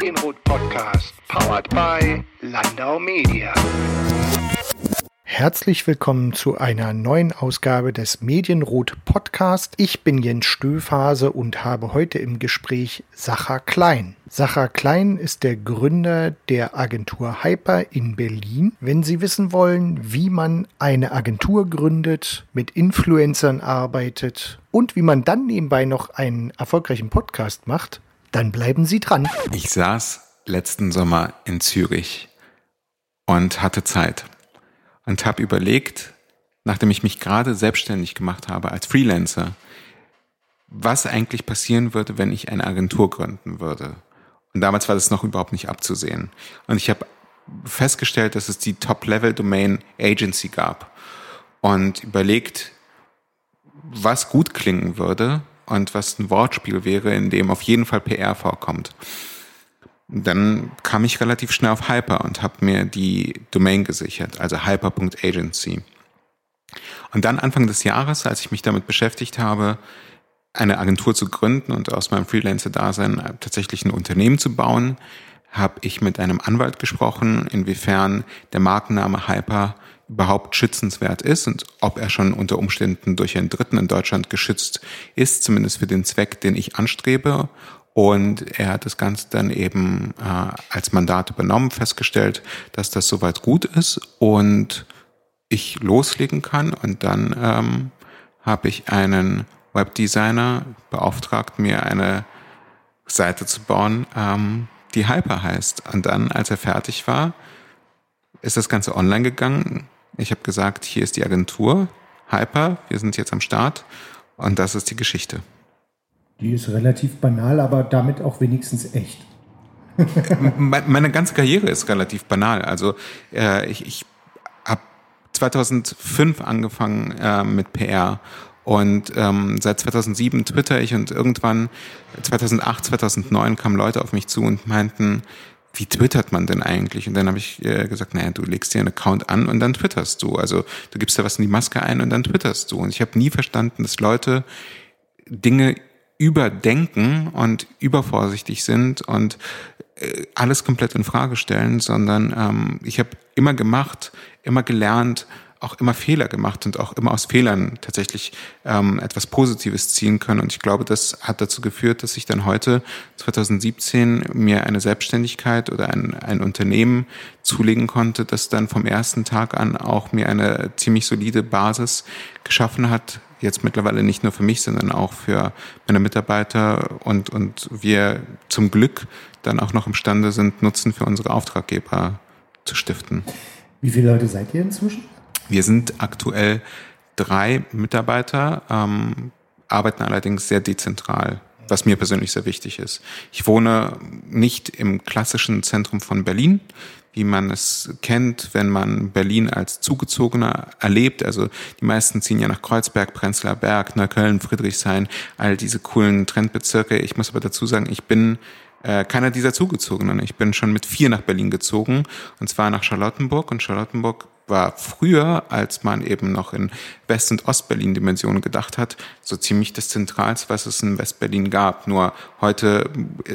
Medienrot Podcast, powered by Landau Media. Herzlich willkommen zu einer neuen Ausgabe des Medienrot Podcast. Ich bin Jens Stöfhase und habe heute im Gespräch Sacha Klein. Sacha Klein ist der Gründer der Agentur Hyper in Berlin. Wenn Sie wissen wollen, wie man eine Agentur gründet, mit Influencern arbeitet und wie man dann nebenbei noch einen erfolgreichen Podcast macht, dann bleiben Sie dran. Ich saß letzten Sommer in Zürich und hatte Zeit. Und habe überlegt, nachdem ich mich gerade selbstständig gemacht habe als Freelancer, was eigentlich passieren würde, wenn ich eine Agentur gründen würde. Und damals war das noch überhaupt nicht abzusehen. Und ich habe festgestellt, dass es die Top-Level-Domain Agency gab. Und überlegt, was gut klingen würde und was ein Wortspiel wäre, in dem auf jeden Fall PR vorkommt. Dann kam ich relativ schnell auf Hyper und habe mir die Domain gesichert, also hyper.agency. Und dann Anfang des Jahres, als ich mich damit beschäftigt habe, eine Agentur zu gründen und aus meinem Freelancer-Dasein tatsächlich ein Unternehmen zu bauen, habe ich mit einem Anwalt gesprochen, inwiefern der Markenname Hyper überhaupt schützenswert ist und ob er schon unter Umständen durch einen Dritten in Deutschland geschützt ist, zumindest für den Zweck, den ich anstrebe. Und er hat das Ganze dann eben als Mandat übernommen, festgestellt, dass das soweit gut ist und ich loslegen kann. Und dann habe ich einen Webdesigner beauftragt, mir eine Seite zu bauen, die Hyper heißt. Und dann, als er fertig war, ist das Ganze online gegangen. Ich habe gesagt, hier ist die Agentur, Hyper, wir sind jetzt am Start und das ist die Geschichte. Die ist relativ banal, aber damit auch wenigstens echt. Meine ganze Karriere ist relativ banal. Also ich habe 2005 angefangen mit PR und seit 2007 twitter ich und irgendwann 2008, 2009 kamen Leute auf mich zu und meinten, wie twittert man denn eigentlich? Und dann habe ich gesagt, naja, du legst dir einen Account an und dann twitterst du. Also du gibst da was in die Maske ein und dann twitterst du. Und ich habe nie verstanden, dass Leute Dinge überdenken und übervorsichtig sind und alles komplett in Frage stellen, sondern ich habe immer gemacht, immer gelernt, auch immer Fehler gemacht und auch immer aus Fehlern tatsächlich etwas Positives ziehen können. Und ich glaube, das hat dazu geführt, dass ich dann heute, 2017, mir eine Selbstständigkeit oder ein Unternehmen zulegen konnte, das dann vom ersten Tag an auch mir eine ziemlich solide Basis geschaffen hat, jetzt mittlerweile nicht nur für mich, sondern auch für meine Mitarbeiter und wir zum Glück dann auch noch imstande sind, Nutzen für unsere Auftraggeber zu stiften. Wie viele Leute seid ihr inzwischen? Wir sind aktuell 3 Mitarbeiter, arbeiten allerdings sehr dezentral, was mir persönlich sehr wichtig ist. Ich wohne nicht im klassischen Zentrum von Berlin, wie man es kennt, wenn man Berlin als Zugezogener erlebt. Also die meisten ziehen ja nach Kreuzberg, Prenzlauer Berg, Neukölln, Friedrichshain, all diese coolen Trendbezirke. Ich muss aber dazu sagen, ich bin keiner dieser Zugezogenen. Ich bin schon mit 4 nach Berlin gezogen, und zwar nach Charlottenburg. Und Charlottenburg war früher, als man eben noch in West- und Ostberlin-Dimensionen gedacht hat, so ziemlich das Zentralste, was es in Westberlin gab. Nur heute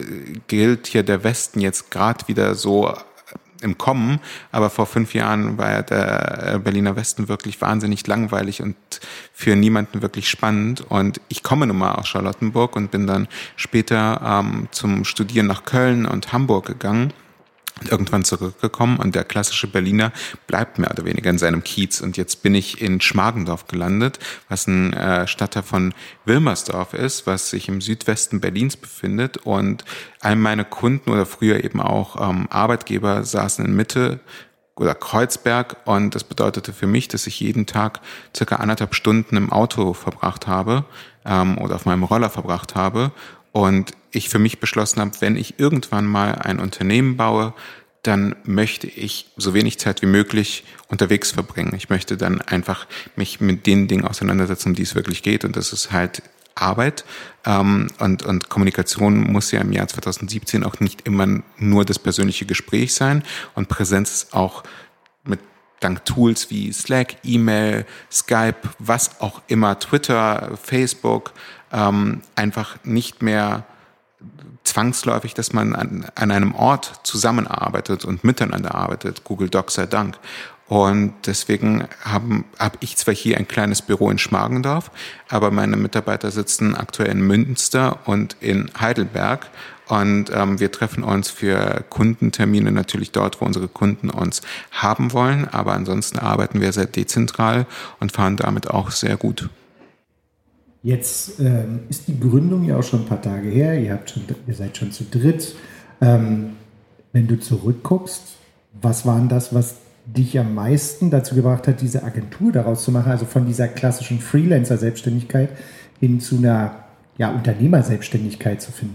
gilt hier der Westen jetzt gerade wieder so im Kommen, aber vor 5 Jahren war ja der Berliner Westen wirklich wahnsinnig langweilig und für niemanden wirklich spannend. Und ich komme nun mal aus Charlottenburg und bin dann später zum Studieren nach Köln und Hamburg gegangen und irgendwann zurückgekommen. Und der klassische Berliner bleibt mehr oder weniger in seinem Kiez. Und jetzt bin ich in Schmargendorf gelandet, was ein Stadtteil von Wilmersdorf ist, was sich im Südwesten Berlins befindet. Und all meine Kunden oder früher eben auch Arbeitgeber saßen in Mitte oder Kreuzberg. Und das bedeutete für mich, dass ich jeden Tag circa 1,5 Stunden im Auto verbracht habe oder auf meinem Roller verbracht habe. Und ich für mich beschlossen habe, wenn ich irgendwann mal ein Unternehmen baue, dann möchte ich so wenig Zeit wie möglich unterwegs verbringen. Ich möchte dann einfach mich mit den Dingen auseinandersetzen, um die es wirklich geht. Und das ist halt Arbeit. Und Kommunikation muss ja im Jahr 2017 auch nicht immer nur das persönliche Gespräch sein. Und Präsenz ist auch dank Tools wie Slack, E-Mail, Skype, was auch immer, Twitter, Facebook, einfach nicht mehr zwangsläufig, dass man an einem Ort zusammenarbeitet und miteinander arbeitet. Google Docs sei Dank. Und deswegen hab ich zwar hier ein kleines Büro in Schmargendorf, aber meine Mitarbeiter sitzen aktuell in Münster und in Heidelberg. Und wir treffen uns für Kundentermine natürlich dort, wo unsere Kunden uns haben wollen. Aber ansonsten arbeiten wir sehr dezentral und fahren damit auch sehr gut. Jetzt ist die Gründung ja auch schon ein paar Tage her. Ihr seid schon zu dritt. Wenn du zurückguckst, was war denn das, was dich am meisten dazu gebracht hat, diese Agentur daraus zu machen, also von dieser klassischen Freelancer-Selbstständigkeit hin zu einer Unternehmerselbstständigkeit zu finden?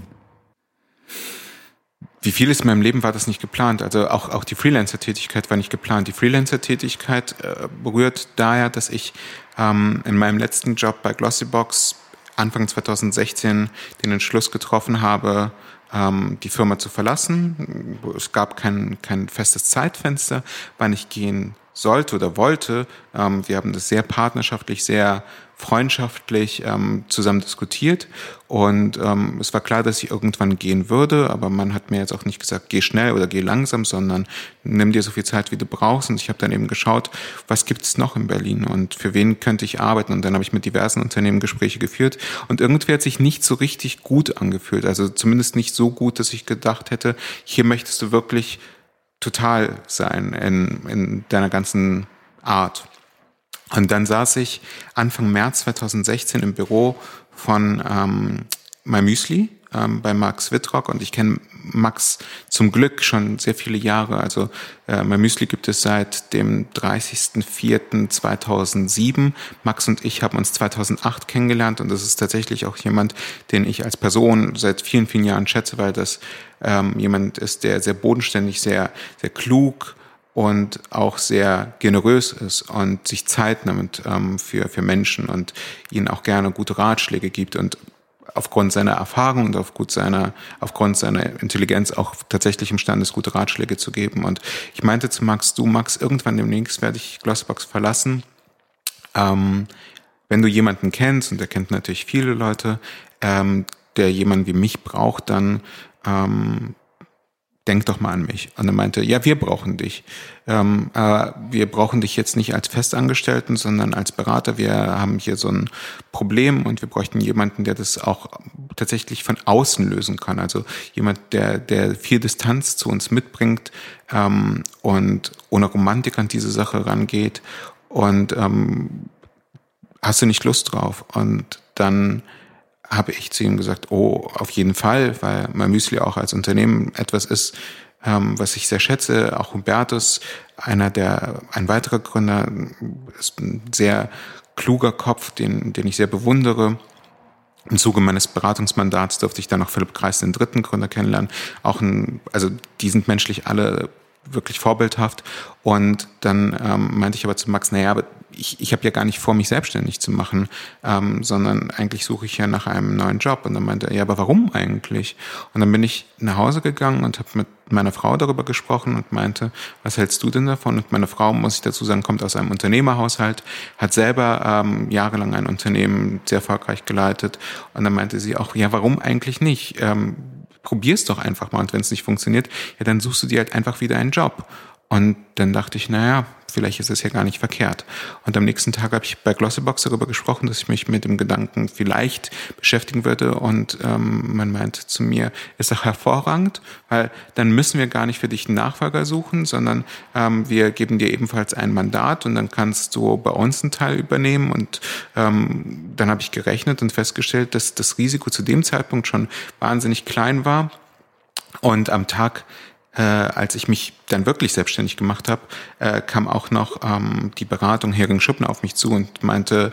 Wie vieles in meinem Leben war das nicht geplant. Also auch die Freelancer-Tätigkeit war nicht geplant. Die Freelancer-Tätigkeit rührt daher, dass ich in meinem letzten Job bei Glossybox Anfang 2016 den Entschluss getroffen habe, die Firma zu verlassen. Es gab kein festes Zeitfenster, wann ich gehen sollte oder wollte. Wir haben das sehr partnerschaftlich, sehr freundschaftlich zusammen diskutiert und es war klar, dass ich irgendwann gehen würde, aber man hat mir jetzt auch nicht gesagt, geh schnell oder geh langsam, sondern nimm dir so viel Zeit, wie du brauchst. Und ich habe dann eben geschaut, was gibt es noch in Berlin und für wen könnte ich arbeiten. Und dann habe ich mit diversen Unternehmen Gespräche geführt und irgendwie hat sich nicht so richtig gut angefühlt, also zumindest nicht so gut, dass ich gedacht hätte, hier möchtest du wirklich total sein in deiner ganzen Art. Und dann saß ich Anfang März 2016 im Büro von MyMüsli bei Max Wittrock und ich kenne Max zum Glück schon sehr viele Jahre. Also MyMüsli gibt es seit dem 30.04.2007. Max und ich haben uns 2008 kennengelernt und das ist tatsächlich auch jemand, den ich als Person seit vielen, vielen Jahren schätze, weil das jemand ist, der sehr bodenständig, sehr, sehr klug und auch sehr generös ist und sich Zeit nimmt für Menschen und ihnen auch gerne gute Ratschläge gibt und aufgrund seiner Erfahrung und aufgrund seiner Intelligenz auch tatsächlich imstande ist, gute Ratschläge zu geben. Und ich meinte zu Max, irgendwann demnächst werde ich Glossybox verlassen. Wenn du jemanden kennst, und der kennt natürlich viele Leute, der jemanden wie mich braucht, dann denk doch mal an mich. Und er meinte, ja, wir brauchen dich. Wir brauchen dich jetzt nicht als Festangestellten, sondern als Berater. Wir haben hier so ein Problem und wir bräuchten jemanden, der das auch tatsächlich von außen lösen kann. Also jemand, der viel Distanz zu uns mitbringt und ohne Romantik an diese Sache rangeht. Und hast du nicht Lust drauf? Und dann habe ich zu ihm gesagt, oh, auf jeden Fall, weil MyMüsli auch als Unternehmen etwas ist, was ich sehr schätze. Auch Hubertus, ein weiterer Gründer, ist ein sehr kluger Kopf, den ich sehr bewundere. Im Zuge meines Beratungsmandats durfte ich dann noch Philipp Kreis, den dritten Gründer, kennenlernen. Also die sind menschlich alle wirklich vorbildhaft. Und dann meinte ich aber zu Max, naja, aber ich habe ja gar nicht vor, mich selbstständig zu machen, sondern eigentlich suche ich ja nach einem neuen Job. Und dann meinte er, ja, aber warum eigentlich? Und dann bin ich nach Hause gegangen und habe mit meiner Frau darüber gesprochen und meinte, was hältst du denn davon? Und meine Frau, muss ich dazu sagen, kommt aus einem Unternehmerhaushalt, hat selber jahrelang ein Unternehmen sehr erfolgreich geleitet. Und dann meinte sie auch, ja, warum eigentlich nicht? Probier's doch einfach mal und wenn es nicht funktioniert, ja, dann suchst du dir halt einfach wieder einen Job. Und dann dachte ich, naja, vielleicht ist es ja gar nicht verkehrt. Und am nächsten Tag habe ich bei Glossybox darüber gesprochen, dass ich mich mit dem Gedanken vielleicht beschäftigen würde. Und man meinte zu mir, ist doch hervorragend, weil dann müssen wir gar nicht für dich einen Nachfolger suchen, sondern wir geben dir ebenfalls ein Mandat und dann kannst du bei uns einen Teil übernehmen. Und dann habe ich gerechnet und festgestellt, dass das Risiko zu dem Zeitpunkt schon wahnsinnig klein war. Und am Tag, als ich mich dann wirklich selbstständig gemacht habe, kam auch noch die Beratung Hering-Schuppner auf mich zu und meinte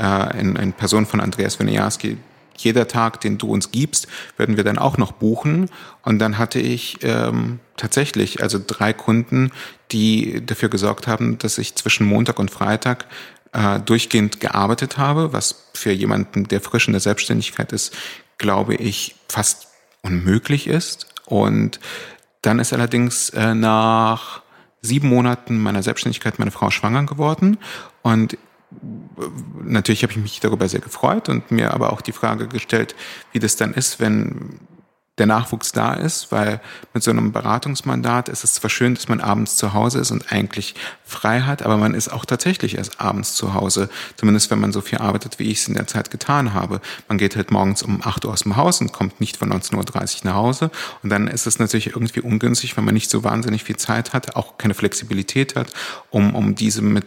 in Person von Andreas Winiarski, jeder Tag, den du uns gibst, werden wir dann auch noch buchen. Und dann hatte ich tatsächlich also 3 Kunden, die dafür gesorgt haben, dass ich zwischen Montag und Freitag durchgehend gearbeitet habe, was für jemanden, der frisch in der Selbstständigkeit ist, glaube ich, fast unmöglich ist. Und dann ist allerdings nach 7 Monaten meiner Selbstständigkeit meine Frau schwanger geworden und natürlich habe ich mich darüber sehr gefreut und mir aber auch die Frage gestellt, wie das dann ist, wenn der Nachwuchs da ist, weil mit so einem Beratungsmandat ist es zwar schön, dass man abends zu Hause ist und eigentlich frei hat, aber man ist auch tatsächlich erst abends zu Hause, zumindest wenn man so viel arbeitet, wie ich es in der Zeit getan habe. Man geht halt morgens um 8 Uhr aus dem Haus und kommt nicht von 19.30 Uhr nach Hause und dann ist es natürlich irgendwie ungünstig, wenn man nicht so wahnsinnig viel Zeit hat, auch keine Flexibilität hat, um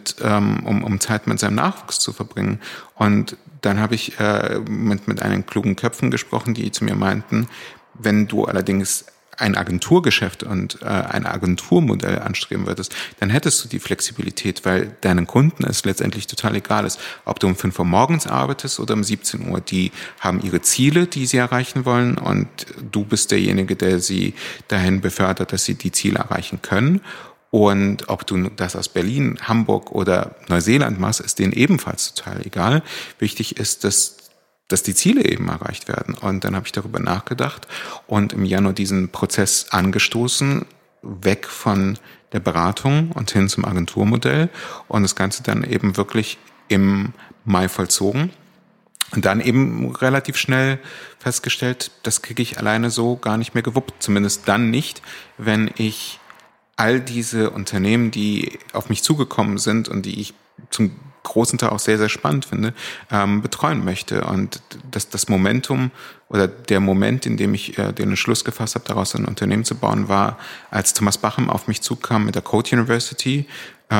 Zeit mit seinem Nachwuchs zu verbringen. Und dann habe ich mit einigen klugen Köpfen gesprochen, die zu mir meinten, wenn du allerdings ein Agenturgeschäft und ein Agenturmodell anstreben würdest, dann hättest du die Flexibilität, weil deinen Kunden es letztendlich total egal ist, ob du um 5 Uhr morgens arbeitest oder um 17 Uhr. Die haben ihre Ziele, die sie erreichen wollen und du bist derjenige, der sie dahin befördert, dass sie die Ziele erreichen können. Und ob du das aus Berlin, Hamburg oder Neuseeland machst, ist denen ebenfalls total egal. Wichtig ist, dass die Ziele eben erreicht werden. Und dann habe ich darüber nachgedacht und im Januar diesen Prozess angestoßen, weg von der Beratung und hin zum Agenturmodell und das Ganze dann eben wirklich im Mai vollzogen. Und dann eben relativ schnell festgestellt, das kriege ich alleine so gar nicht mehr gewuppt. Zumindest dann nicht, wenn ich all diese Unternehmen, die auf mich zugekommen sind und die ich zum großen Teil auch sehr, sehr spannend finde, betreuen möchte. Und das Momentum oder der Moment, in dem ich den Entschluss gefasst habe, daraus ein Unternehmen zu bauen, war, als Thomas Bachem auf mich zukam mit der Code University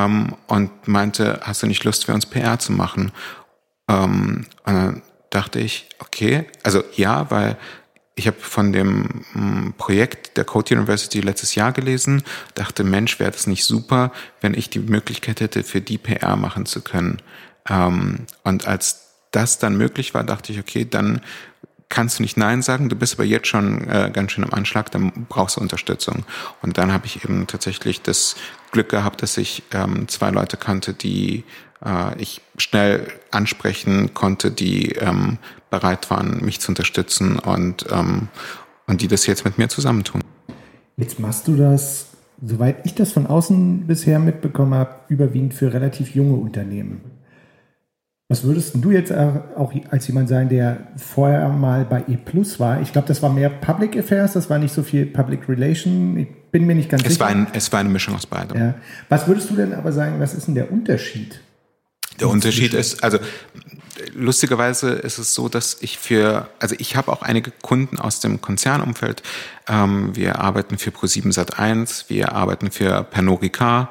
und meinte, hast du nicht Lust, für uns PR zu machen? Und dann dachte ich, okay, also ja, weil ich habe von dem Projekt der Code University letztes Jahr gelesen, dachte, Mensch, wäre das nicht super, wenn ich die Möglichkeit hätte, für die PR machen zu können. Und als das dann möglich war, dachte ich, okay, dann kannst du nicht Nein sagen, du bist aber jetzt schon ganz schön am Anschlag, dann brauchst du Unterstützung. Und dann habe ich eben tatsächlich das Glück gehabt, dass ich 2 Leute kannte, die ich schnell ansprechen konnte, die bereit waren, mich zu unterstützen und die das jetzt mit mir zusammentun. Jetzt machst du das, soweit ich das von außen bisher mitbekommen habe, überwiegend für relativ junge Unternehmen. Was würdest du jetzt auch als jemand sagen, der vorher mal bei E+ war? Ich glaube, das war mehr Public Affairs, das war nicht so viel Public Relation. Ich bin mir nicht ganz sicher. Es war eine Mischung aus beidem. Ja. Was würdest du denn aber sagen, was ist denn der Unterschied? Der Unterschied ist, also lustigerweise ist es so, dass ich habe auch einige Kunden aus dem Konzernumfeld. Wir arbeiten für Pro7 Sat.1, wir arbeiten für Pernod Ricard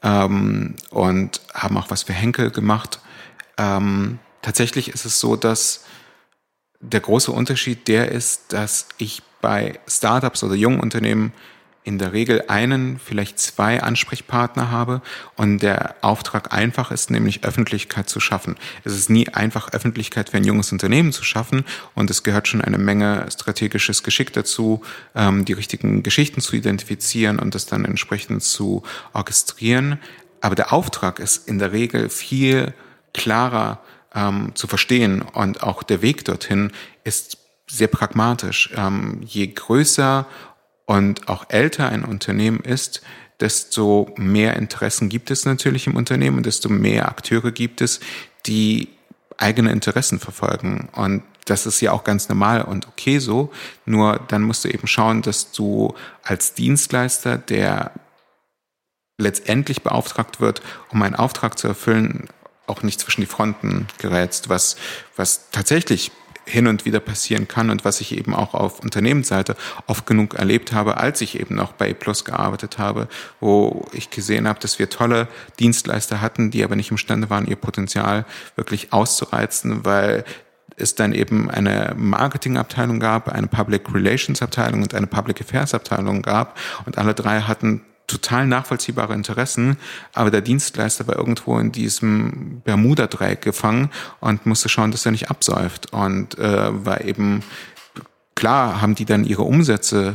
und haben auch was für Henkel gemacht. Tatsächlich ist es so, dass der große Unterschied der ist, dass ich bei Startups oder jungen Unternehmen in der Regel einen, vielleicht 2 Ansprechpartner habe und der Auftrag einfach ist, nämlich Öffentlichkeit zu schaffen. Es ist nie einfach, Öffentlichkeit für ein junges Unternehmen zu schaffen und es gehört schon eine Menge strategisches Geschick dazu, die richtigen Geschichten zu identifizieren und das dann entsprechend zu orchestrieren. Aber der Auftrag ist in der Regel viel klarer zu verstehen und auch der Weg dorthin ist sehr pragmatisch. Je größer und auch älter ein Unternehmen ist, desto mehr Interessen gibt es natürlich im Unternehmen und desto mehr Akteure gibt es, die eigene Interessen verfolgen. Und das ist ja auch ganz normal und okay so. Nur dann musst du eben schauen, dass du als Dienstleister, der letztendlich beauftragt wird, um einen Auftrag zu erfüllen, auch nicht zwischen die Fronten gerätst, was tatsächlich hin und wieder passieren kann und was ich eben auch auf Unternehmensseite oft genug erlebt habe, als ich eben noch bei E+ gearbeitet habe, wo ich gesehen habe, dass wir tolle Dienstleister hatten, die aber nicht imstande waren, ihr Potenzial wirklich auszureizen, weil es dann eben eine Marketingabteilung gab, eine Public Relations Abteilung und eine Public Affairs Abteilung gab und alle 3 hatten total nachvollziehbare Interessen, aber der Dienstleister war irgendwo in diesem Bermuda-Dreieck gefangen und musste schauen, dass er nicht absäuft und war eben, klar haben die dann ihre Umsätze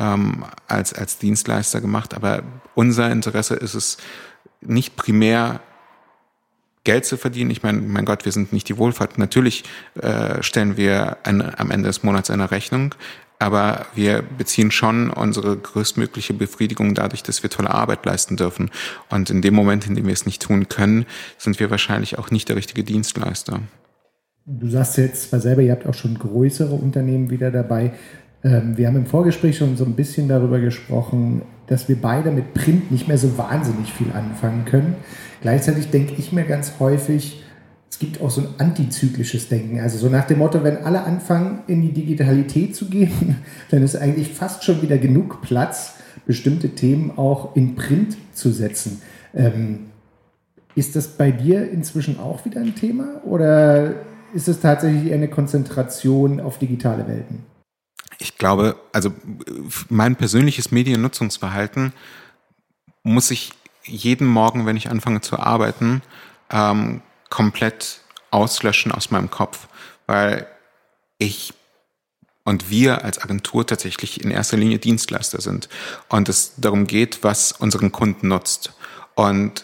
als Dienstleister gemacht, aber unser Interesse ist es nicht primär Geld zu verdienen. Ich meine, mein Gott, wir sind nicht die Wohlfahrt. Natürlich stellen wir am Ende des Monats eine Rechnung, aber wir beziehen schon unsere größtmögliche Befriedigung dadurch, dass wir tolle Arbeit leisten dürfen. Und in dem Moment, in dem wir es nicht tun können, sind wir wahrscheinlich auch nicht der richtige Dienstleister. Du sagst jetzt zwar selber, ihr habt auch schon größere Unternehmen wieder dabei. Wir haben im Vorgespräch schon so ein bisschen darüber gesprochen, dass wir beide mit Print nicht mehr so wahnsinnig viel anfangen können. Gleichzeitig denke ich mir ganz häufig, es gibt auch so ein antizyklisches Denken. Also so nach dem Motto, wenn alle anfangen, in die Digitalität zu gehen, dann ist eigentlich fast schon wieder genug Platz, bestimmte Themen auch in Print zu setzen. Ist das bei dir inzwischen auch wieder ein Thema oder ist es tatsächlich eher eine Konzentration auf digitale Welten? Ich glaube, also mein persönliches Mediennutzungsverhalten muss ich jeden Morgen, wenn ich anfange zu arbeiten, komplett auslöschen aus meinem Kopf, weil ich und wir als Agentur tatsächlich in erster Linie Dienstleister sind und es darum geht, was unseren Kunden nutzt. Und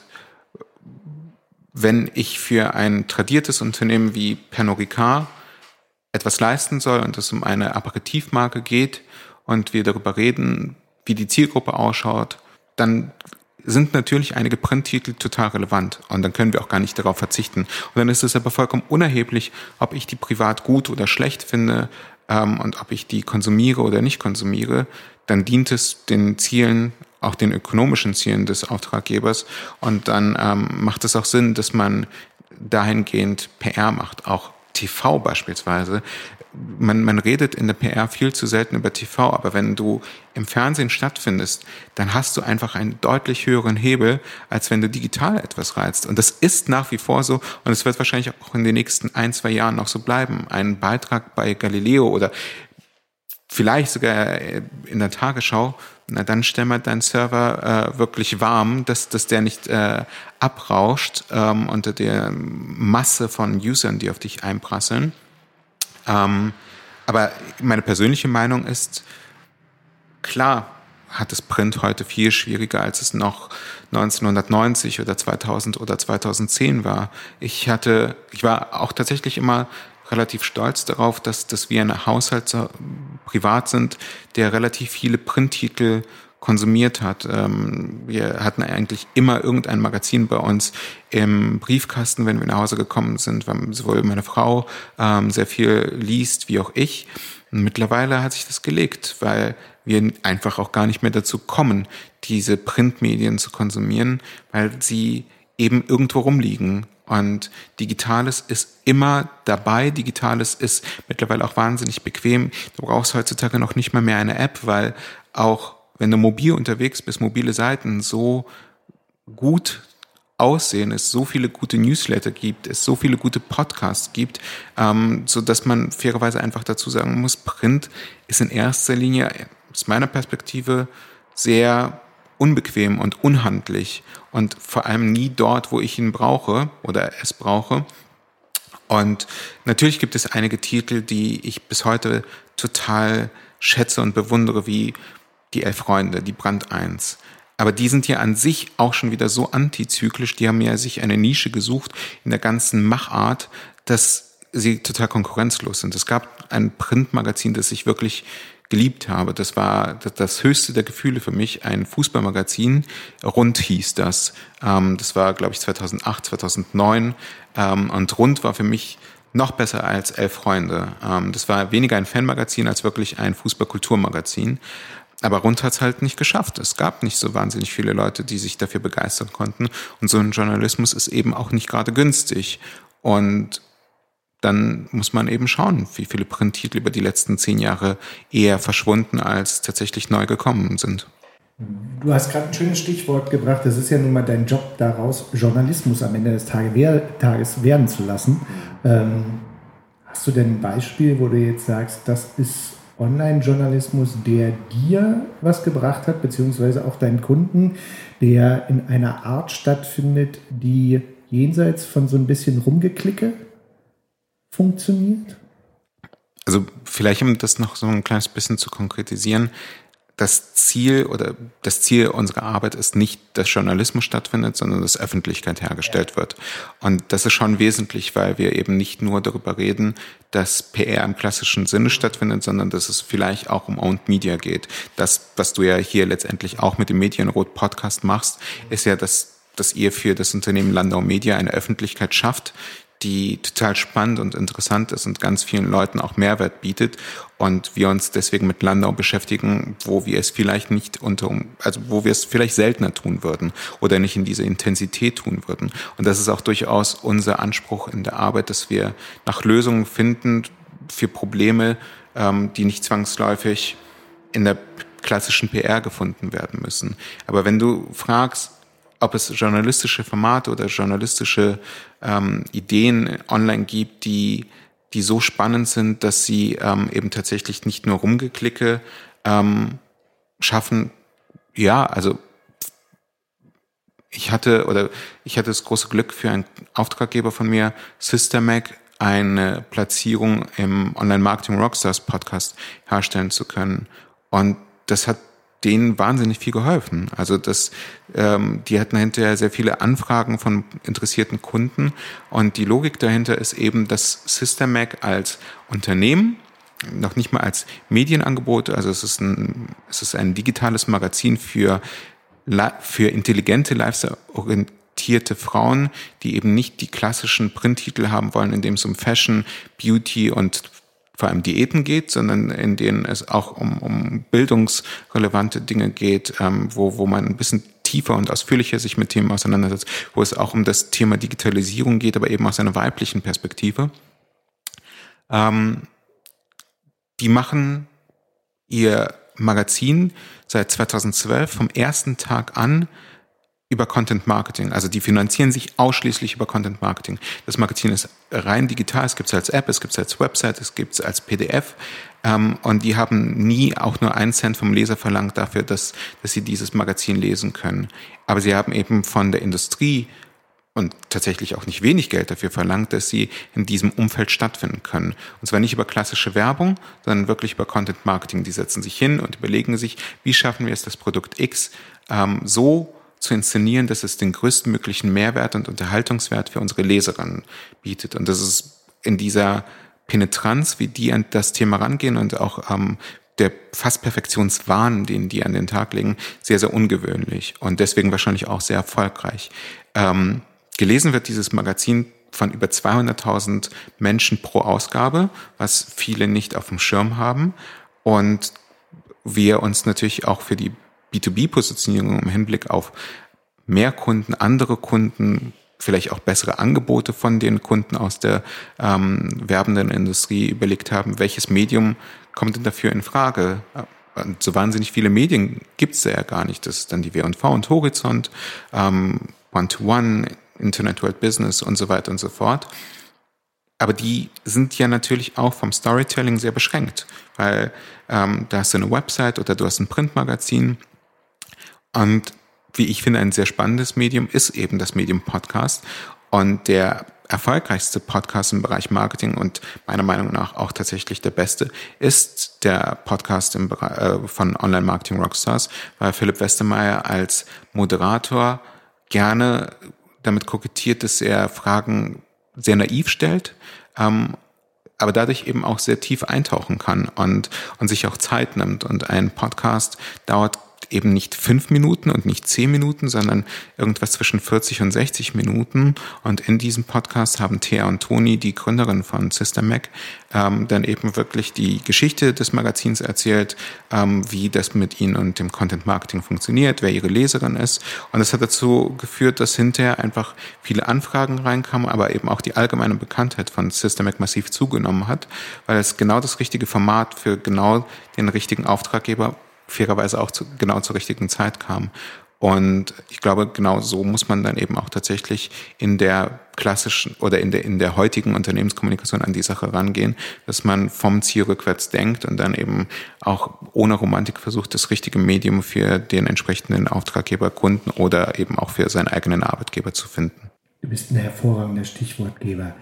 wenn ich für ein tradiertes Unternehmen wie Pernod Ricard etwas leisten soll und es um eine Aperitivmarke geht und wir darüber reden, wie die Zielgruppe ausschaut, dann sind natürlich einige Printtitel total relevant und dann können wir auch gar nicht darauf verzichten. Und dann ist es aber vollkommen unerheblich, ob ich die privat gut oder schlecht finde und ob ich die konsumiere oder nicht konsumiere. Dann dient es den Zielen, auch den ökonomischen Zielen des Auftraggebers und dann macht es auch Sinn, dass man dahingehend PR macht, auch TV beispielsweise. Man redet in der PR viel zu selten über TV, aber wenn du im Fernsehen stattfindest, dann hast du einfach einen deutlich höheren Hebel, als wenn du digital etwas reizt. Und das ist nach wie vor so und es wird wahrscheinlich auch in den nächsten 1-2 Jahren noch so bleiben. Ein Beitrag bei Galileo oder vielleicht sogar in der Tagesschau, na dann stell mal deinen Server wirklich warm, dass der nicht abrauscht unter der Masse von Usern, die auf dich einprasseln. Aber meine persönliche Meinung ist, klar hat das Print heute viel schwieriger, als es noch 1990 oder 2000 oder 2010 war. Ich war auch tatsächlich immer relativ stolz darauf, dass wir ein Haushalt privat sind, der relativ viele Printtitel konsumiert hat. Wir hatten eigentlich immer irgendein Magazin bei uns im Briefkasten, wenn wir nach Hause gekommen sind, weil sowohl meine Frau sehr viel liest, wie auch ich. Und mittlerweile hat sich das gelegt, weil wir einfach auch gar nicht mehr dazu kommen, diese Printmedien zu konsumieren, weil sie eben irgendwo rumliegen. Und Digitales ist immer dabei. Digitales ist mittlerweile auch wahnsinnig bequem. Du brauchst heutzutage noch nicht mal mehr eine App, weil auch wenn du mobil unterwegs bist, mobile Seiten so gut aussehen, es so viele gute Newsletter gibt, es so viele gute Podcasts gibt, so dass man fairerweise einfach dazu sagen muss, Print ist in erster Linie aus meiner Perspektive sehr unbequem und unhandlich und vor allem nie dort, wo ich ihn brauche oder es brauche. Und natürlich gibt es einige Titel, die ich bis heute total schätze und bewundere, wie die 11 Freunde, die Brand 1. Aber die sind ja an sich auch schon wieder so antizyklisch, die haben ja sich eine Nische gesucht in der ganzen Machart, dass sie total konkurrenzlos sind. Es gab ein Printmagazin, das ich wirklich geliebt habe. Das war das höchste der Gefühle für mich, ein Fußballmagazin. Rund hieß das. Das war, glaube ich, 2008, 2009. Und Rund war für mich noch besser als 11 Freunde. Das war weniger ein Fanmagazin als wirklich ein Fußballkulturmagazin. Aber Rund hat es halt nicht geschafft. Es gab nicht so wahnsinnig viele Leute, die sich dafür begeistern konnten. Und so ein Journalismus ist eben auch nicht gerade günstig. Und dann muss man eben schauen, wie viele Printtitel über die letzten 10 Jahre eher verschwunden als tatsächlich neu gekommen sind. Du hast gerade ein schönes Stichwort gebracht. Das ist ja nun mal dein Job daraus, Journalismus am Ende des Tages werden zu lassen. Hast du denn ein Beispiel, wo du jetzt sagst, das ist Online-Journalismus, der dir was gebracht hat, beziehungsweise auch deinen Kunden, der in einer Art stattfindet, die jenseits von so ein bisschen Rumgeklicke funktioniert? Also vielleicht, um das noch so ein kleines bisschen zu konkretisieren, das Ziel unserer Arbeit ist nicht, dass Journalismus stattfindet, sondern dass Öffentlichkeit hergestellt wird. Und das ist schon wesentlich, weil wir eben nicht nur darüber reden, dass PR im klassischen Sinne stattfindet, sondern dass es vielleicht auch um Owned Media geht. Das, was du ja hier letztendlich auch mit dem Medienrot Podcast machst, ist ja, dass ihr für das Unternehmen Landau Media eine Öffentlichkeit schafft, die total spannend und interessant ist und ganz vielen Leuten auch Mehrwert bietet und wir uns deswegen mit Landau beschäftigen, wo wir es vielleicht wo wir es vielleicht seltener tun würden oder nicht in dieser Intensität tun würden. Und das ist auch durchaus unser Anspruch in der Arbeit, dass wir nach Lösungen finden für Probleme, die nicht zwangsläufig in der klassischen PR gefunden werden müssen. Aber wenn du fragst, ob es journalistische Formate oder journalistische Ideen online gibt, die so spannend sind, dass sie eben tatsächlich nicht nur Rumgeklicke schaffen. Ja, also ich hatte das große Glück für einen Auftraggeber von mir, Systemac, eine Platzierung im Online-Marketing Rockstars Podcast herstellen zu können. Und das hat denen wahnsinnig viel geholfen. Also die hatten hinterher sehr viele Anfragen von interessierten Kunden und die Logik dahinter ist eben, dass Systemac als Unternehmen, noch nicht mal als Medienangebot, also es ist ein digitales Magazin für intelligente, lifestyle-orientierte Frauen, die eben nicht die klassischen Printtitel haben wollen, in dem es um Fashion, Beauty und vor allem Diäten geht, sondern in denen es auch um bildungsrelevante Dinge geht, wo man ein bisschen tiefer und ausführlicher sich mit Themen auseinandersetzt, wo es auch um das Thema Digitalisierung geht, aber eben aus einer weiblichen Perspektive. Die machen ihr Magazin seit 2012 vom ersten Tag an über Content Marketing. Also die finanzieren sich ausschließlich über Content Marketing. Das Magazin ist rein digital, es gibt es als App, es gibt es als Website, es gibt es als PDF. Und die haben nie auch nur 1 Cent vom Leser verlangt dafür, dass sie dieses Magazin lesen können. Aber sie haben eben von der Industrie und tatsächlich auch nicht wenig Geld dafür verlangt, dass sie in diesem Umfeld stattfinden können. Und zwar nicht über klassische Werbung, sondern wirklich über Content Marketing. Die setzen sich hin und überlegen sich, wie schaffen wir es, das Produkt X so zu inszenieren, dass es den größtmöglichen Mehrwert und Unterhaltungswert für unsere Leserinnen bietet. Und das ist in dieser Penetranz, wie die an das Thema rangehen und auch der fast Perfektionswahn, den die an den Tag legen, sehr, sehr ungewöhnlich und deswegen wahrscheinlich auch sehr erfolgreich. Gelesen wird dieses Magazin von über 200.000 Menschen pro Ausgabe, was viele nicht auf dem Schirm haben. Und wir uns natürlich auch für die B2B-Positionierung im Hinblick auf mehr Kunden, andere Kunden, vielleicht auch bessere Angebote von den Kunden aus der werbenden Industrie überlegt haben, welches Medium kommt denn dafür in Frage? Und so wahnsinnig viele Medien gibt es ja gar nicht. Das ist dann die W&V und Horizont, One-to-One, Internet World Business und so weiter und so fort. Aber die sind ja natürlich auch vom Storytelling sehr beschränkt, weil da hast du eine Website oder du hast ein Printmagazin. Und wie ich finde, ein sehr spannendes Medium ist eben das Medium Podcast. Und der erfolgreichste Podcast im Bereich Marketing und meiner Meinung nach auch tatsächlich der beste ist der Podcast im Bereich, von Online Marketing Rockstars, weil Philipp Westermeier als Moderator gerne damit kokettiert, dass er Fragen sehr naiv stellt, aber dadurch eben auch sehr tief eintauchen kann und sich auch Zeit nimmt. Und ein Podcast dauert eben nicht 5 Minuten und nicht 10 Minuten, sondern irgendwas zwischen 40 und 60 Minuten. Und in diesem Podcast haben Thea und Toni, die Gründerin von Systemac, dann eben wirklich die Geschichte des Magazins erzählt, wie das mit ihnen und dem Content Marketing funktioniert, wer ihre Leserin ist. Und das hat dazu geführt, dass hinterher einfach viele Anfragen reinkamen, aber eben auch die allgemeine Bekanntheit von Systemac massiv zugenommen hat, weil es genau das richtige Format für genau den richtigen Auftraggeber fairerweise auch genau zur richtigen Zeit kam. Und ich glaube, genau so muss man dann eben auch tatsächlich in der klassischen oder in der heutigen Unternehmenskommunikation an die Sache rangehen, dass man vom Ziel rückwärts denkt und dann eben auch ohne Romantik versucht, das richtige Medium für den entsprechenden Auftraggeber, Kunden oder eben auch für seinen eigenen Arbeitgeber zu finden. Du bist ein hervorragender Stichwortgeber.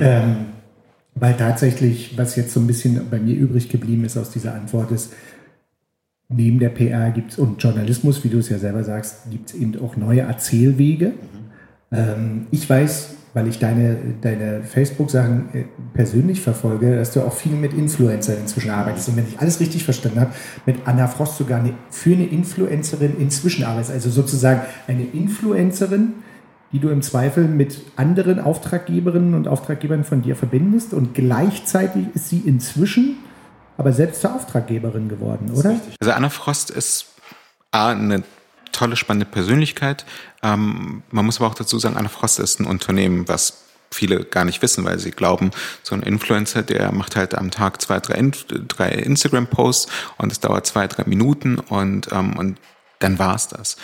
Weil tatsächlich, was jetzt so ein bisschen bei mir übrig geblieben ist aus dieser Antwort ist, neben der PR gibt's und Journalismus, wie du es ja selber sagst, gibt es eben auch neue Erzählwege. Ich weiß, weil ich deine Facebook-Sachen persönlich verfolge, dass du auch viel mit Influencern inzwischen arbeitest. Und wenn ich alles richtig verstanden habe, mit Anna Frost sogar für eine Influencerin inzwischen arbeitest. Also sozusagen eine Influencerin, die du im Zweifel mit anderen Auftraggeberinnen und Auftraggebern von dir verbindest. Und gleichzeitig ist sie inzwischen aber selbst zur Auftraggeberin geworden, oder? Also Anna Frost ist eine tolle, spannende Persönlichkeit. Man muss aber auch dazu sagen, Anna Frost ist ein Unternehmen, was viele gar nicht wissen, weil sie glauben, so ein Influencer, der macht halt am Tag 2, 3 Instagram-Posts und es dauert 2, 3 Minuten und dann war's das.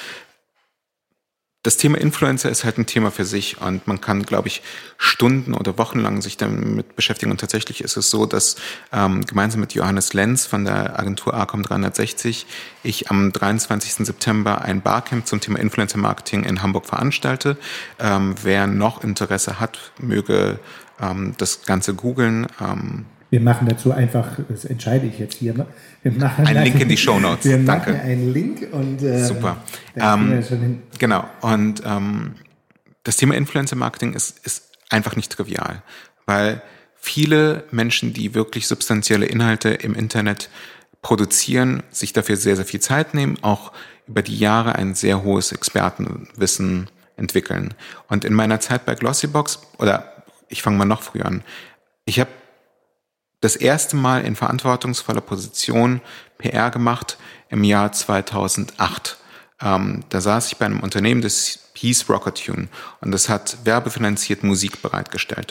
Das Thema Influencer ist halt ein Thema für sich und man kann, glaube ich, Stunden oder Wochen lang sich damit beschäftigen. Und tatsächlich ist es so, dass gemeinsam mit Johannes Lenz von der Agentur ACOM 360 ich am 23. September ein Barcamp zum Thema Influencer-Marketing in Hamburg veranstalte. Wer noch Interesse hat, möge das Ganze googeln. Wir machen dazu einfach, das entscheide ich jetzt hier, wir machen einen Link in die Shownotes. Wir Danke. machen einen Link und super. Genau. Und das Thema Influencer-Marketing ist einfach nicht trivial, weil viele Menschen, die wirklich substanzielle Inhalte im Internet produzieren, sich dafür sehr, sehr viel Zeit nehmen, auch über die Jahre ein sehr hohes Expertenwissen entwickeln. Und in meiner Zeit bei Glossybox, oder ich fange mal noch früher an, ich habe das erste Mal in verantwortungsvoller Position PR gemacht im Jahr 2008. Da saß ich bei einem Unternehmen, das hieß Rocketune und das hat werbefinanziert Musik bereitgestellt.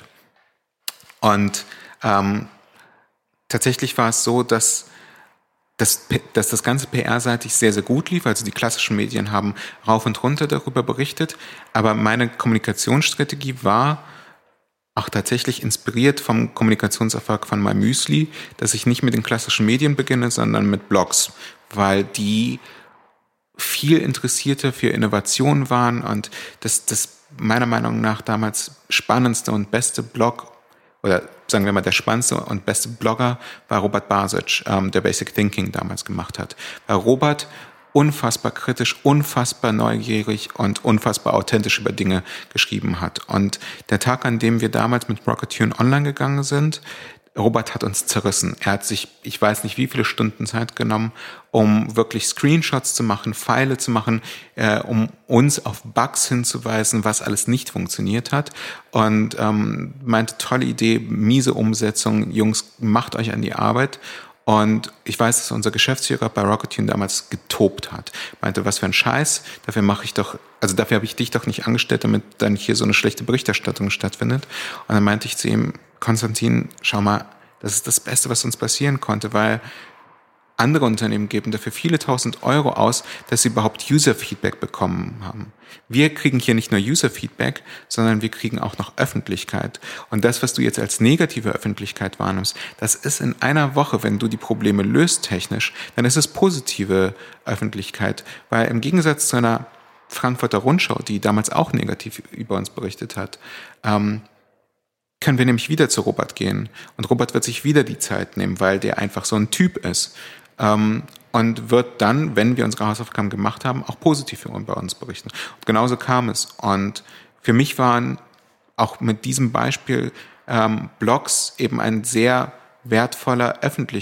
Und tatsächlich war es so, dass das Ganze PR-seitig sehr, sehr gut lief. Also die klassischen Medien haben rauf und runter darüber berichtet, aber meine Kommunikationsstrategie war auch tatsächlich inspiriert vom Kommunikationserfolg von MyMüsli, dass ich nicht mit den klassischen Medien beginne, sondern mit Blogs, weil die viel interessierter für Innovation waren und das meiner Meinung nach damals spannendste und beste Blog oder sagen wir mal der spannendste und beste Blogger war Robert Basic, der Basic Thinking damals gemacht hat. Weil Robert unfassbar kritisch, unfassbar neugierig und unfassbar authentisch über Dinge geschrieben hat. Und der Tag, an dem wir damals mit Rocketune online gegangen sind, Robert hat uns zerrissen. Er hat sich, ich weiß nicht wie viele Stunden Zeit genommen, um wirklich Screenshots zu machen, Pfeile zu machen, um uns auf Bugs hinzuweisen, was alles nicht funktioniert hat. Und meinte, tolle Idee, miese Umsetzung, Jungs, macht euch an die Arbeit. Und ich weiß, dass unser Geschäftsführer bei Rocketune damals getobt hat. Meinte, was für ein Scheiß, dafür habe ich dich doch nicht angestellt, damit dann hier so eine schlechte Berichterstattung stattfindet. Und dann meinte ich zu ihm, Konstantin, schau mal, das ist das Beste, was uns passieren konnte, weil andere Unternehmen geben dafür viele tausend Euro aus, dass sie überhaupt User-Feedback bekommen haben. Wir kriegen hier nicht nur User-Feedback, sondern wir kriegen auch noch Öffentlichkeit. Und das, was du jetzt als negative Öffentlichkeit wahrnimmst, das ist in einer Woche, wenn du die Probleme löst technisch, dann ist es positive Öffentlichkeit. Weil im Gegensatz zu einer Frankfurter Rundschau, die damals auch negativ über uns berichtet hat, können wir nämlich wieder zu Robert gehen. Und Robert wird sich wieder die Zeit nehmen, weil der einfach so ein Typ ist. Und wird dann, wenn wir unsere Hausaufgaben gemacht haben, auch positiv bei uns berichten. Und genauso kam es. Und für mich waren auch mit diesem Beispiel Blogs eben ein sehr wertvoller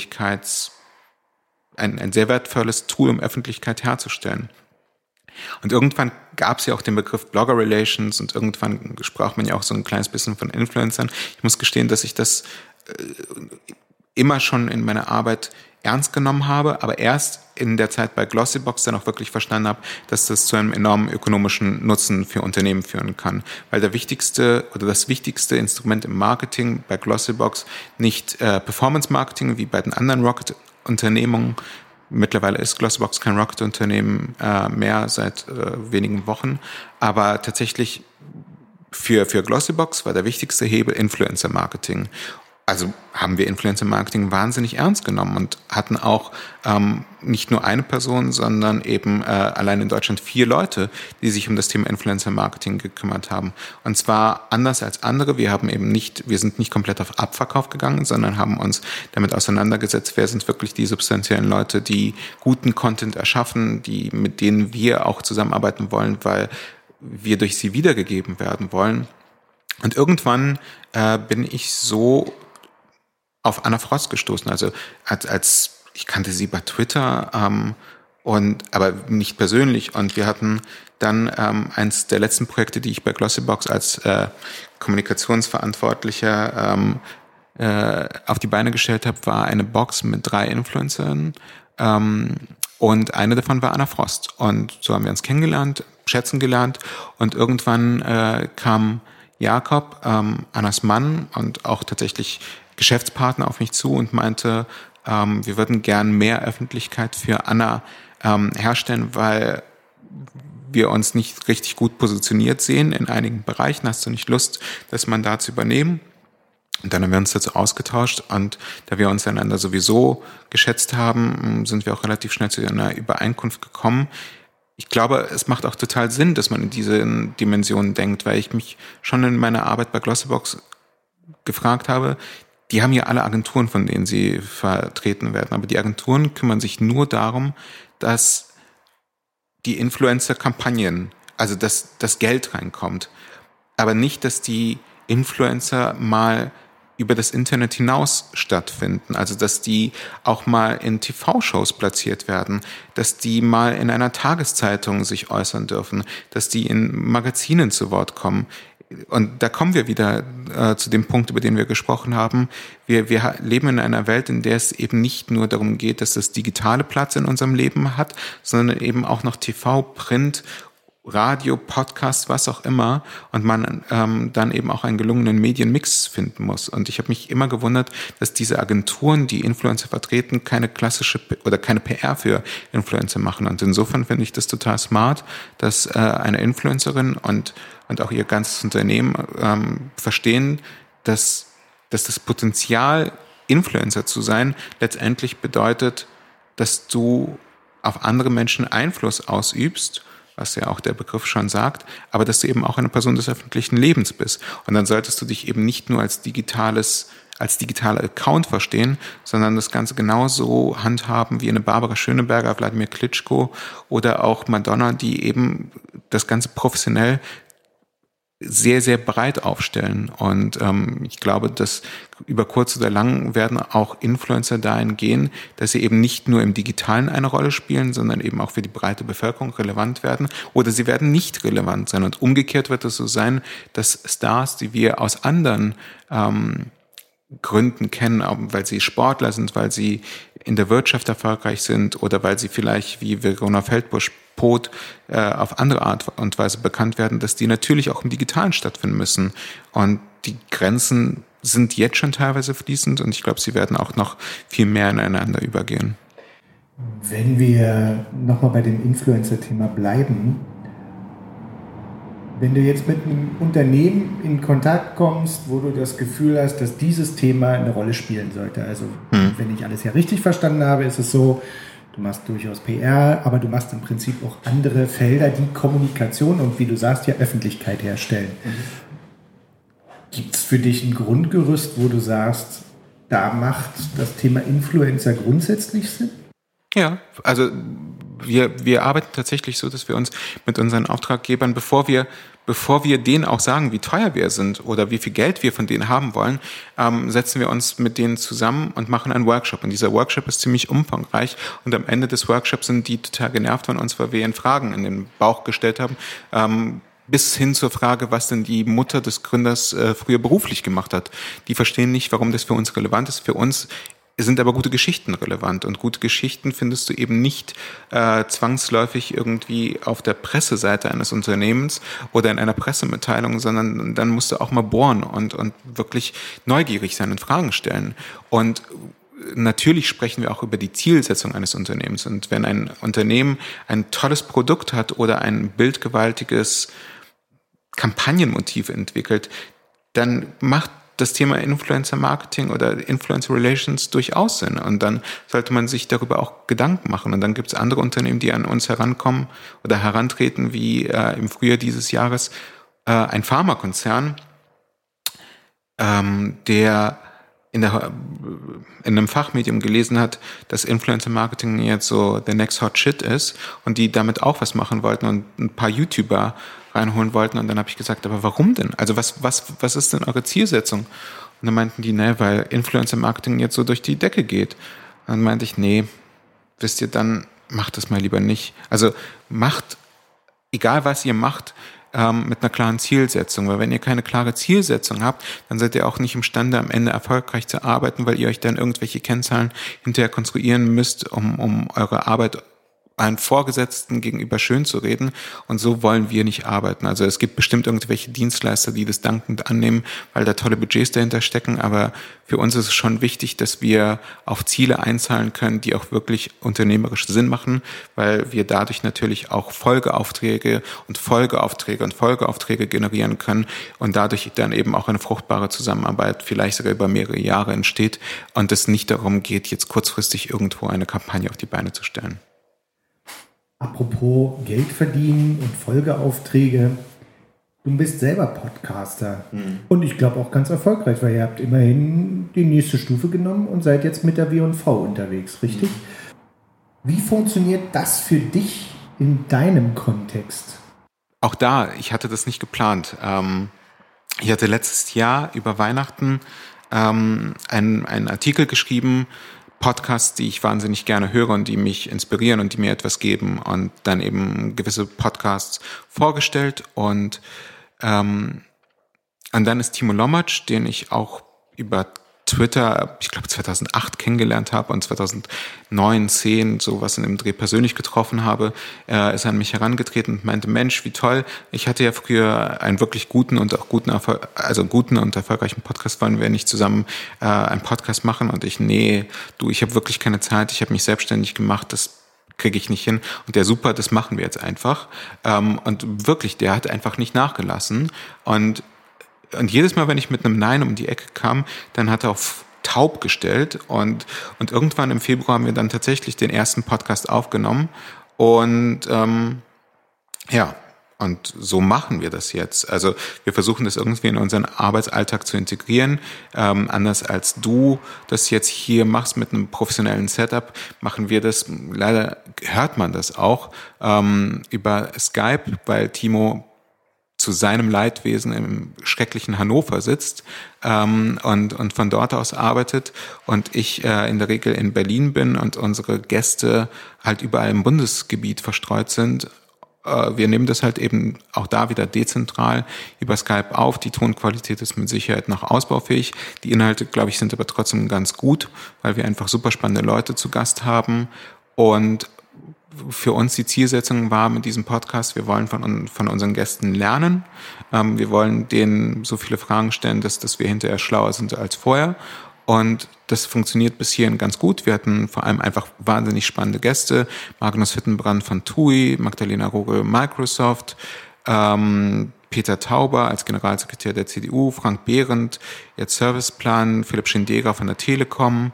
ein sehr wertvolles Tool, um Öffentlichkeit herzustellen. Und irgendwann gab es ja auch den Begriff Blogger Relations und irgendwann sprach man ja auch so ein kleines bisschen von Influencern. Ich muss gestehen, dass ich das immer schon in meiner Arbeit ernst genommen habe, aber erst in der Zeit bei Glossybox dann auch wirklich verstanden habe, dass das zu einem enormen ökonomischen Nutzen für Unternehmen führen kann. Weil das wichtigste Instrument im Marketing bei Glossybox nicht Performance-Marketing wie bei den anderen Rocket-Unternehmungen. Mittlerweile ist Glossybox kein Rocket-Unternehmen mehr seit wenigen Wochen, aber tatsächlich für Glossybox war der wichtigste Hebel Influencer-Marketing. Also haben wir Influencer-Marketing wahnsinnig ernst genommen und hatten auch nicht nur eine Person, sondern eben allein in Deutschland 4 Leute, die sich um das Thema Influencer-Marketing gekümmert haben. Und zwar anders als andere. Wir sind nicht komplett auf Abverkauf gegangen, sondern haben uns damit auseinandergesetzt, wer sind wirklich die substanziellen Leute, die guten Content erschaffen, mit denen wir auch zusammenarbeiten wollen, weil wir durch sie wiedergegeben werden wollen. Und irgendwann bin ich so auf Anna Frost gestoßen. Also als ich kannte sie bei Twitter aber nicht persönlich. Und wir hatten dann eins der letzten Projekte, die ich bei Glossybox als Kommunikationsverantwortlicher auf die Beine gestellt habe, war eine Box mit 3 Influencern. Und eine davon war Anna Frost. Und so haben wir uns kennengelernt, schätzen gelernt. Und irgendwann kam Jakob, Annas Mann und auch tatsächlich Geschäftspartner, auf mich zu und meinte, wir würden gern mehr Öffentlichkeit für Anna herstellen, weil wir uns nicht richtig gut positioniert sehen in einigen Bereichen. Hast du nicht Lust, das Mandat zu übernehmen? Und dann haben wir uns dazu ausgetauscht und da wir uns einander sowieso geschätzt haben, sind wir auch relativ schnell zu einer Übereinkunft gekommen. Ich glaube, es macht auch total Sinn, dass man in diese Dimensionen denkt, weil ich mich schon in meiner Arbeit bei Glossybox gefragt habe, die haben ja alle Agenturen, von denen sie vertreten werden, aber die Agenturen kümmern sich nur darum, dass die Influencer-Kampagnen, also dass das Geld reinkommt, aber nicht, dass die Influencer mal über das Internet hinaus stattfinden, also dass die auch mal in TV-Shows platziert werden, dass die mal in einer Tageszeitung sich äußern dürfen, dass die in Magazinen zu Wort kommen. Und da kommen wir wieder zu dem Punkt, über den wir gesprochen haben. Wir leben in einer Welt, in der es eben nicht nur darum geht, dass das digitale Platz in unserem Leben hat, sondern eben auch noch TV, Print, Radio, Podcast, was auch immer, und man dann eben auch einen gelungenen Medienmix finden muss. Und ich habe mich immer gewundert, dass diese Agenturen, die Influencer vertreten, keine klassische oder keine PR für Influencer machen. Und insofern finde ich das total smart, dass eine Influencerin und auch ihr ganzes Unternehmen verstehen, dass das Potenzial, Influencer zu sein, letztendlich bedeutet, dass du auf andere Menschen Einfluss ausübst, was ja auch der Begriff schon sagt, aber dass du eben auch eine Person des öffentlichen Lebens bist. Und dann solltest du dich eben nicht nur als digitaler Account verstehen, sondern das Ganze genauso handhaben wie eine Barbara Schöneberger, Wladimir Klitschko oder auch Madonna, die eben das Ganze professionell sehr, sehr breit aufstellen. Und ich glaube, dass über kurz oder lang werden auch Influencer dahin gehen, dass sie eben nicht nur im Digitalen eine Rolle spielen, sondern eben auch für die breite Bevölkerung relevant werden. Oder sie werden nicht relevant sein. Und umgekehrt wird es so sein, dass Stars, die wir aus anderen Gründen kennen, weil sie Sportler sind, weil sie in der Wirtschaft erfolgreich sind oder weil sie vielleicht wie Verona Feldbusch-Poth auf andere Art und Weise bekannt werden, dass die natürlich auch im Digitalen stattfinden müssen. Und die Grenzen sind jetzt schon teilweise fließend und ich glaube, sie werden auch noch viel mehr ineinander übergehen. Wenn wir nochmal bei dem Influencer-Thema bleiben, wenn du jetzt mit einem Unternehmen in Kontakt kommst, wo du das Gefühl hast, dass dieses Thema eine Rolle spielen sollte, also wenn ich alles ja richtig verstanden habe, ist es so, du machst durchaus PR, aber du machst im Prinzip auch andere Felder, die Kommunikation und wie du sagst, ja Öffentlichkeit herstellen. Gibt es für dich ein Grundgerüst, wo du sagst, da macht das Thema Influencer grundsätzlich Sinn? Ja, also wir arbeiten tatsächlich so, dass wir uns mit unseren Auftraggebern, bevor wir denen auch sagen, wie teuer wir sind oder wie viel Geld wir von denen haben wollen, setzen wir uns mit denen zusammen und machen einen Workshop. Und dieser Workshop ist ziemlich umfangreich. Und am Ende des Workshops sind die total genervt von uns, weil wir ihnen Fragen in den Bauch gestellt haben, bis hin zur Frage, was denn die Mutter des Gründers früher beruflich gemacht hat. Die verstehen nicht, warum das für uns relevant ist. Für uns sind aber gute Geschichten relevant. Und gute Geschichten findest du eben nicht zwangsläufig irgendwie auf der Presseseite eines Unternehmens oder in einer Pressemitteilung, sondern dann musst du auch mal bohren und wirklich neugierig sein und Fragen stellen. Und natürlich sprechen wir auch über die Zielsetzung eines Unternehmens. Und wenn ein Unternehmen ein tolles Produkt hat oder ein bildgewaltiges Kampagnenmotiv entwickelt, dann macht das Thema Influencer Marketing oder Influencer Relations durchaus Sinn. Und dann sollte man sich darüber auch Gedanken machen. Und dann gibt es andere Unternehmen, die an uns herankommen oder herantreten, wie im Frühjahr dieses Jahres ein Pharmakonzern, der in einem Fachmedium gelesen hat, dass Influencer Marketing jetzt so the next hot shit ist und die damit auch was machen wollten und ein paar YouTuber reinholen wollten. Und dann habe ich gesagt, aber warum denn? Also was ist denn eure Zielsetzung? Und dann meinten die, weil Influencer Marketing jetzt so durch die Decke geht. Und dann meinte ich, nee, wisst ihr, dann macht das mal lieber nicht. Also macht, egal was ihr macht, mit einer klaren Zielsetzung. Weil wenn ihr keine klare Zielsetzung habt, dann seid ihr auch nicht imstande, am Ende erfolgreich zu arbeiten, weil ihr euch dann irgendwelche Kennzahlen hinterher konstruieren müsst, um eure Arbeit einen Vorgesetzten gegenüber schön zu reden. Und so wollen wir nicht arbeiten. Also es gibt bestimmt irgendwelche Dienstleister, die das dankend annehmen, weil da tolle Budgets dahinter stecken. Aber für uns ist es schon wichtig, dass wir auf Ziele einzahlen können, die auch wirklich unternehmerisch Sinn machen, weil wir dadurch natürlich auch Folgeaufträge generieren können und dadurch dann eben auch eine fruchtbare Zusammenarbeit vielleicht sogar über mehrere Jahre entsteht und es nicht darum geht, jetzt kurzfristig irgendwo eine Kampagne auf die Beine zu stellen. Apropos Geld verdienen und Folgeaufträge. Du bist selber Podcaster und ich glaube auch ganz erfolgreich, weil ihr habt immerhin die nächste Stufe genommen und seid jetzt mit der W&V unterwegs, richtig? Wie funktioniert das für dich in deinem Kontext? Auch da, ich hatte das nicht geplant. Ich hatte letztes Jahr über Weihnachten einen Artikel geschrieben, Podcasts, die ich wahnsinnig gerne höre und die mich inspirieren und die mir etwas geben und dann eben gewisse Podcasts vorgestellt und dann ist Timo Lommatsch, den ich auch über Twitter, ich glaube 2008 kennengelernt habe und 2009, 10 sowas in dem Dreh persönlich getroffen habe, ist an mich herangetreten und meinte, Mensch, wie toll, ich hatte ja früher einen wirklich guten und erfolgreichen Podcast, wollen wir nicht zusammen einen Podcast machen? Und ich habe wirklich keine Zeit, ich habe mich selbstständig gemacht, das kriege ich nicht hin. Und der super, das machen wir jetzt einfach. Und wirklich, der hat einfach nicht nachgelassen. Und jedes Mal, wenn ich mit einem Nein um die Ecke kam, dann hat er auf taub gestellt und irgendwann im Februar haben wir dann tatsächlich den ersten Podcast aufgenommen und und so machen wir das jetzt. Also wir versuchen das irgendwie in unseren Arbeitsalltag zu integrieren. Anders als du das jetzt hier machst mit einem professionellen Setup, machen wir das, leider hört man das auch, über Skype, weil Timo zu seinem Leidwesen im schrecklichen Hannover sitzt und von dort aus arbeitet und ich in der Regel in Berlin bin und unsere Gäste halt überall im Bundesgebiet verstreut sind. Wir nehmen das halt eben auch da wieder dezentral über Skype auf. Die Tonqualität ist mit Sicherheit noch ausbaufähig. Die Inhalte, glaube ich, sind aber trotzdem ganz gut, weil wir einfach super spannende Leute zu Gast haben und für uns die Zielsetzung war mit diesem Podcast, wir wollen von unseren Gästen lernen. Wir wollen denen so viele Fragen stellen, dass wir hinterher schlauer sind als vorher. Und das funktioniert bis hierhin ganz gut. Wir hatten vor allem einfach wahnsinnig spannende Gäste. Magnus Wittenbrand von TUI, Magdalena Rogge, Microsoft, Peter Tauber als Generalsekretär der CDU, Frank Behrendt, jetzt Serviceplan, Philipp Schindega von der Telekom,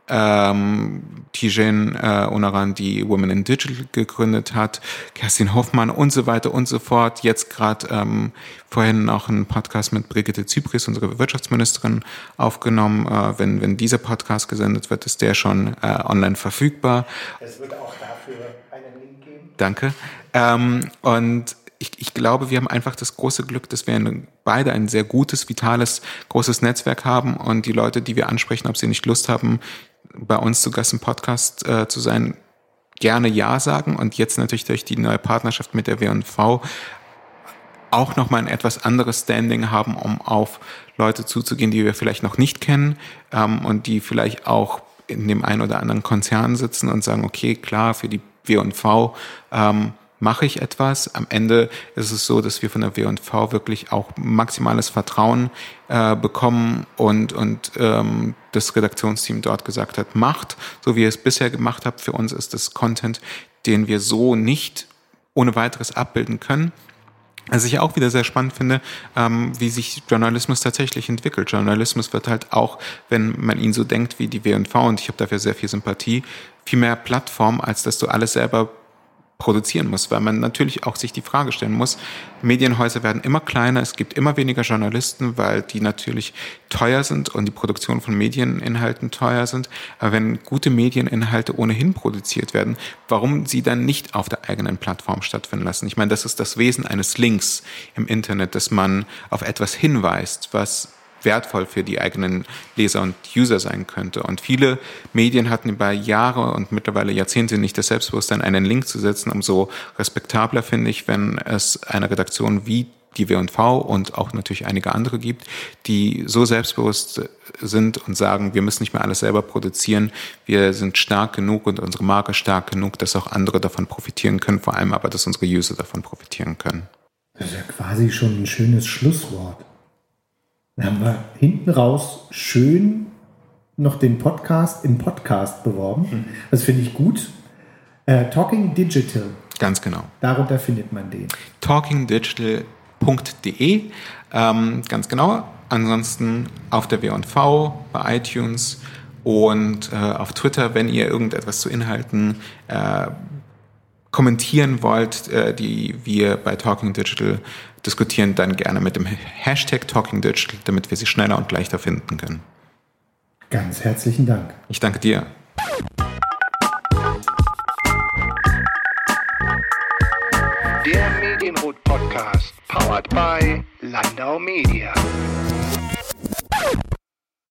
Tijen Onaran, die Women in Digital gegründet hat, Kerstin Hoffmann und so weiter und so fort. Jetzt gerade vorhin noch einen Podcast mit Brigitte Zypries, unsere Wirtschaftsministerin, aufgenommen. Wenn dieser Podcast gesendet wird, ist der schon online verfügbar. Es wird auch dafür einen Link geben. Danke. Und ich glaube, wir haben einfach das große Glück, dass wir beide ein sehr gutes, vitales, großes Netzwerk haben und die Leute, die wir ansprechen, ob sie nicht Lust haben, bei uns zu Gast im Podcast zu sein, gerne Ja sagen und jetzt natürlich durch die neue Partnerschaft mit der W&V auch nochmal ein etwas anderes Standing haben, um auf Leute zuzugehen, die wir vielleicht noch nicht kennen und die vielleicht auch in dem einen oder anderen Konzern sitzen und sagen, okay, klar, für die W&V mache ich etwas. Am Ende ist es so, dass wir von der W&V wirklich auch maximales Vertrauen bekommen und das Redaktionsteam dort gesagt hat, macht, so wie ihr es bisher gemacht habt. Für uns ist das Content, den wir so nicht ohne weiteres abbilden können. Was ich auch wieder sehr spannend finde, wie sich Journalismus tatsächlich entwickelt. Journalismus wird halt auch, wenn man ihn so denkt wie die W&V, und ich habe dafür sehr viel Sympathie, viel mehr Plattform, als dass du alles selber produzieren muss, weil man natürlich auch sich die Frage stellen muss, Medienhäuser werden immer kleiner, es gibt immer weniger Journalisten, weil die natürlich teuer sind und die Produktion von Medieninhalten teuer sind. Aber wenn gute Medieninhalte ohnehin produziert werden, warum sie dann nicht auf der eigenen Plattform stattfinden lassen? Ich meine, das ist das Wesen eines Links im Internet, dass man auf etwas hinweist, was wertvoll für die eigenen Leser und User sein könnte. Und viele Medien hatten über Jahre und mittlerweile Jahrzehnte nicht das Selbstbewusstsein, einen Link zu setzen. Umso respektabler finde ich, wenn es eine Redaktion wie die W&V und auch natürlich einige andere gibt, die so selbstbewusst sind und sagen, wir müssen nicht mehr alles selber produzieren, wir sind stark genug und unsere Marke stark genug, dass auch andere davon profitieren können, vor allem aber, dass unsere User davon profitieren können. Das ist ja quasi schon ein schönes Schlusswort. Dann haben wir hinten raus schön noch den Podcast im Podcast beworben. Das finde ich gut. Talking Digital. Ganz genau. Darunter findet man den. talkingdigital.de, ganz genau. Ansonsten auf der W&V, bei iTunes und auf Twitter, wenn ihr irgendetwas zu Inhalten kommentieren wollt, die wir bei Talking Digital diskutieren, dann gerne mit dem Hashtag Talking Digital, damit wir sie schneller und leichter finden können. Ganz herzlichen Dank. Ich danke dir. Der Medienrot Podcast, powered by Landau Media.